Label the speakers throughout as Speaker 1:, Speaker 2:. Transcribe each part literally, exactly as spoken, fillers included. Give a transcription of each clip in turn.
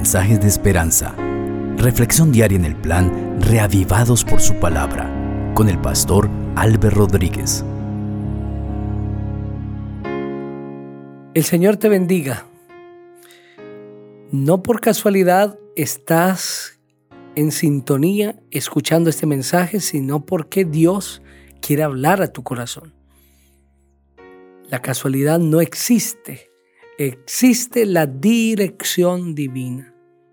Speaker 1: mensajes de esperanza. Reflexión diaria en el plan Reavivados por su palabra, con el pastor Álvaro Rodríguez.
Speaker 2: El Señor te bendiga. No por casualidad estás en sintonía escuchando este mensaje, sino porque Dios quiere hablar a tu corazón. La casualidad no existe. Existe la dirección divina.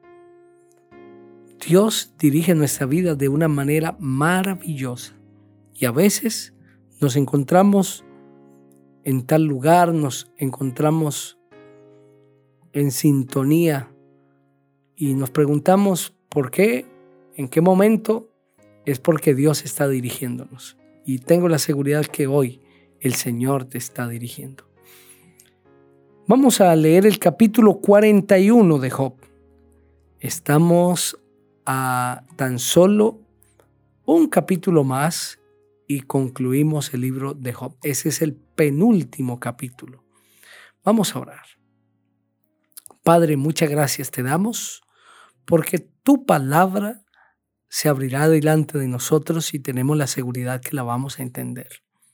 Speaker 2: Dios dirige nuestra vida de una manera maravillosa. Y a veces nos encontramos en tal lugar, nos encontramos en sintonía y nos preguntamos por qué, en qué momento. Es porque Dios está dirigiéndonos. Y tengo la seguridad que hoy el Señor te está dirigiendo. Vamos a leer el capítulo cuarenta y uno de Job. Estamos a tan solo un capítulo más y concluimos el libro de Job. Ese es el penúltimo capítulo. Vamos a orar. Padre, muchas gracias te damos porque tu palabra se abrirá delante de nosotros y tenemos la seguridad que la vamos a entender.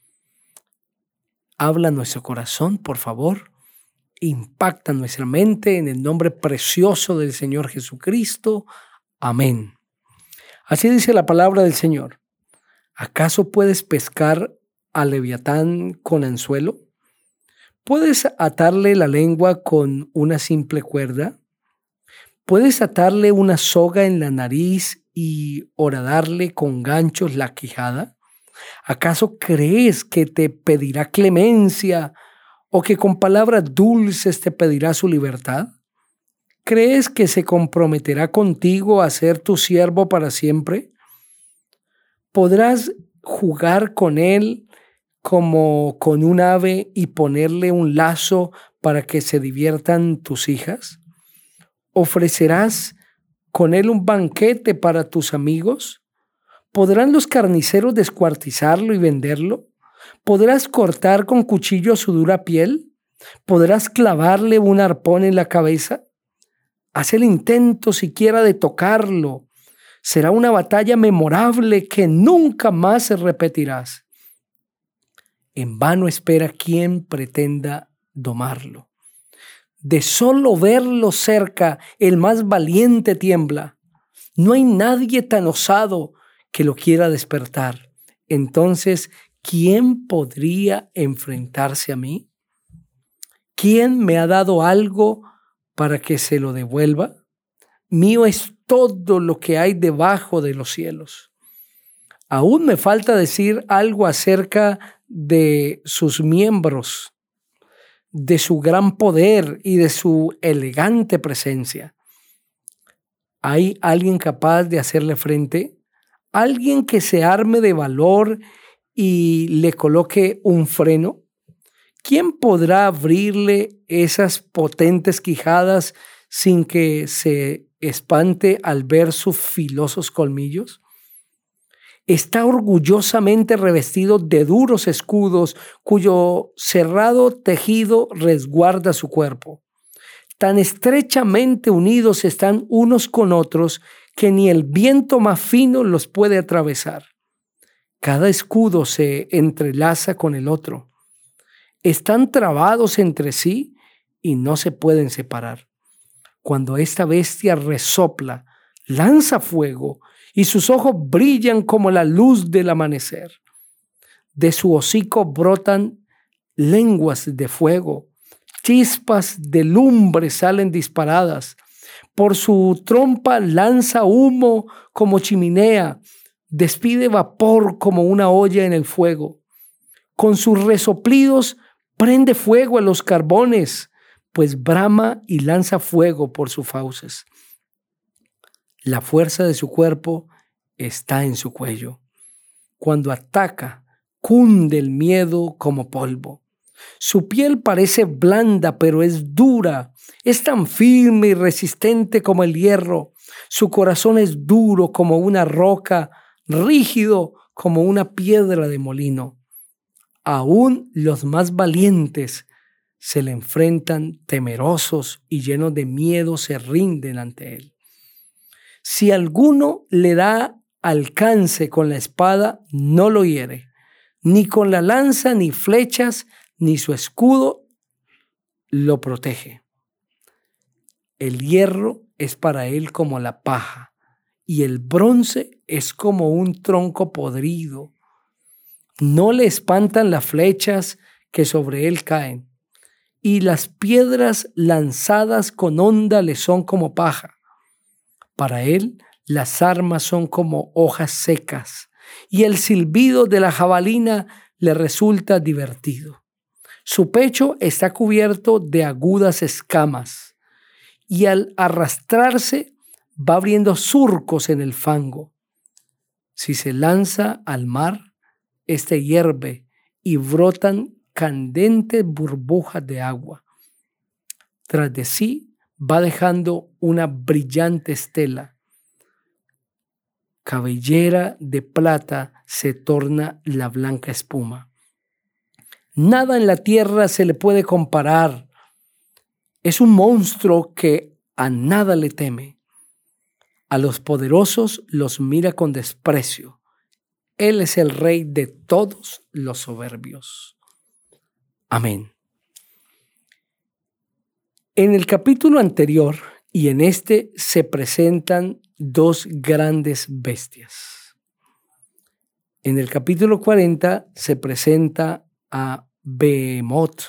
Speaker 2: Habla nuestro corazón, por favor. Impacta nuestra mente en el nombre precioso del Señor Jesucristo. Amén. Así dice la palabra del Señor. ¿Acaso puedes pescar a Leviatán con anzuelo? ¿Puedes atarle la lengua con una simple cuerda? ¿Puedes atarle una soga en la nariz y horadarle con ganchos la quijada? ¿Acaso crees que te pedirá clemencia o que con palabras dulces te pedirá su libertad? ¿Crees que se comprometerá contigo a ser tu siervo para siempre? ¿Podrás jugar con él como con un ave y ponerle un lazo para que se diviertan tus hijas? ¿Ofrecerás con él un banquete para tus amigos? ¿Podrán los carniceros descuartizarlo y venderlo? ¿Podrás cortar con cuchillo su dura piel? ¿Podrás clavarle un arpón en la cabeza? Haz el intento siquiera de tocarlo. Será una batalla memorable que nunca más se repetirás. En vano espera quien pretenda domarlo. De solo verlo cerca, el más valiente tiembla. No hay nadie tan osado que lo quiera despertar. Entonces, ¿quién podría enfrentarse a mí? ¿Quién me ha dado algo para que se lo devuelva? Mío es todo lo que hay debajo de los cielos. Aún me falta decir algo acerca de sus miembros, de su gran poder y de su elegante presencia. ¿Hay alguien capaz de hacerle frente? ¿Alguien que se arme de valor y le coloque un freno? ¿Quién podrá abrirle esas potentes quijadas sin que se espante al ver sus filosos colmillos? Está orgullosamente revestido de duros escudos cuyo cerrado tejido resguarda su cuerpo. Tan estrechamente unidos están unos con otros que ni el viento más fino los puede atravesar. Cada escudo se entrelaza con el otro. Están trabados entre sí y no se pueden separar. Cuando esta bestia resopla, lanza fuego y sus ojos brillan como la luz del amanecer. De su hocico brotan lenguas de fuego, chispas de lumbre salen disparadas. Por su trompa lanza humo como chimenea, despide vapor como una olla en el fuego. Con sus resoplidos prende fuego a los carbones, pues brama y lanza fuego por sus fauces. La fuerza de su cuerpo está en su cuello. Cuando ataca, cunde el miedo como polvo. Su piel parece blanda, pero es dura. Es tan firme y resistente como el hierro. Su corazón es duro como una roca, rígido como una piedra de molino. Aún los más valientes se le enfrentan temerosos y llenos de miedo se rinden ante él. Si alguno le da alcance con la espada, no lo hiere, ni con la lanza, ni flechas, ni su escudo lo protege. El hierro es para él como la paja, y el bronce es como un tronco podrido. No le espantan las flechas que sobre él caen, y las piedras lanzadas con honda le son como paja. Para él las armas son como hojas secas, y el silbido de la jabalina le resulta divertido. Su pecho está cubierto de agudas escamas, y al arrastrarse va abriendo surcos en el fango. Si se lanza al mar, éste hierve y brotan candentes burbujas de agua. Tras de sí va dejando una brillante estela. Cabellera de plata se torna la blanca espuma. Nada en la tierra se le puede comparar. Es un monstruo que a nada le teme. A los poderosos los mira con desprecio. Él es el rey de todos los soberbios. Amén. En el capítulo anterior y en este se presentan dos grandes bestias. En el capítulo cuarenta se presenta a Behemoth,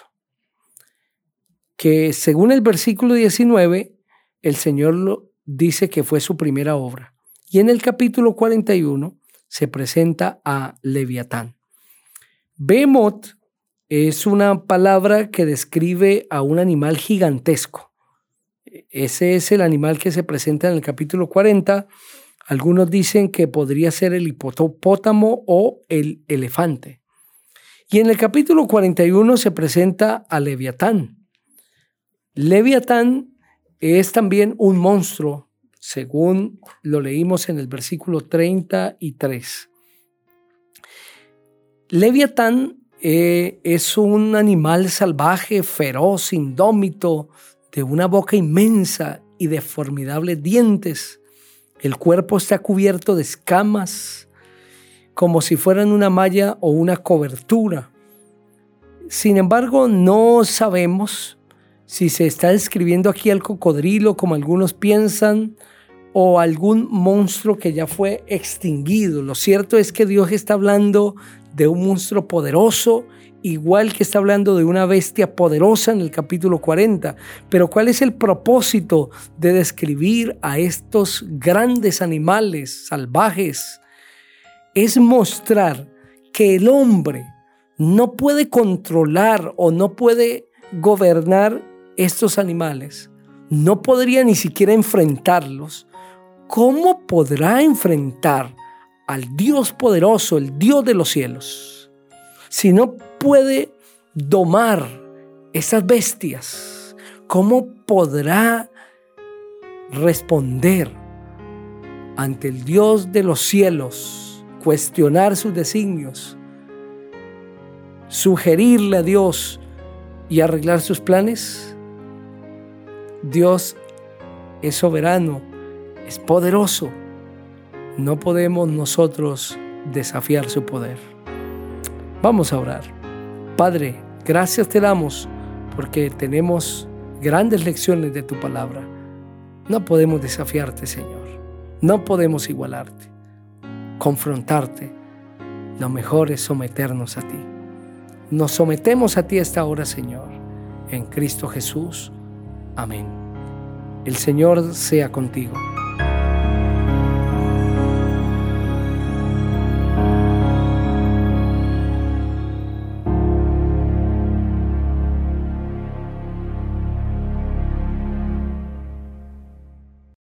Speaker 2: que según el versículo diecinueve, el Señor lo dice que fue su primera obra. Y en el capítulo cuarenta y uno se presenta a Leviatán. Behemoth es una palabra que describe a un animal gigantesco. Ese es el animal que se presenta en el capítulo cuarenta. Algunos dicen que podría ser el hipopótamo o el elefante. Y en el capítulo cuarenta y uno se presenta a Leviatán. Leviatán es también un monstruo, según lo leímos en el versículo treinta y tres. Leviatán eh, es un animal salvaje, feroz, indómito, de una boca inmensa y de formidables dientes. El cuerpo está cubierto de escamas, como si fueran una malla o una cobertura. Sin embargo, no sabemos si se está describiendo aquí al cocodrilo, como algunos piensan, o algún monstruo que ya fue extinguido. Lo cierto es que Dios está hablando de un monstruo poderoso, igual que está hablando de una bestia poderosa en el capítulo cuarenta. Pero ¿cuál es el propósito de describir a estos grandes animales salvajes? Es mostrar que el hombre no puede controlar o no puede gobernar estos animales. No podría ni siquiera enfrentarlos. ¿Cómo podrá enfrentar al Dios poderoso, el Dios de los cielos, si no puede domar esas bestias? ¿Cómo podrá responder ante el Dios de los cielos, cuestionar sus designios, sugerirle a Dios y arreglar sus planes? Dios es soberano, es poderoso. No podemos nosotros desafiar su poder. Vamos a orar. Padre, gracias te damos porque tenemos grandes lecciones de tu palabra. No podemos desafiarte, Señor. No podemos igualarte, confrontarte. Lo mejor es someternos a ti. Nos sometemos a ti a esta hora, Señor, en Cristo Jesús. Amén. El Señor sea contigo.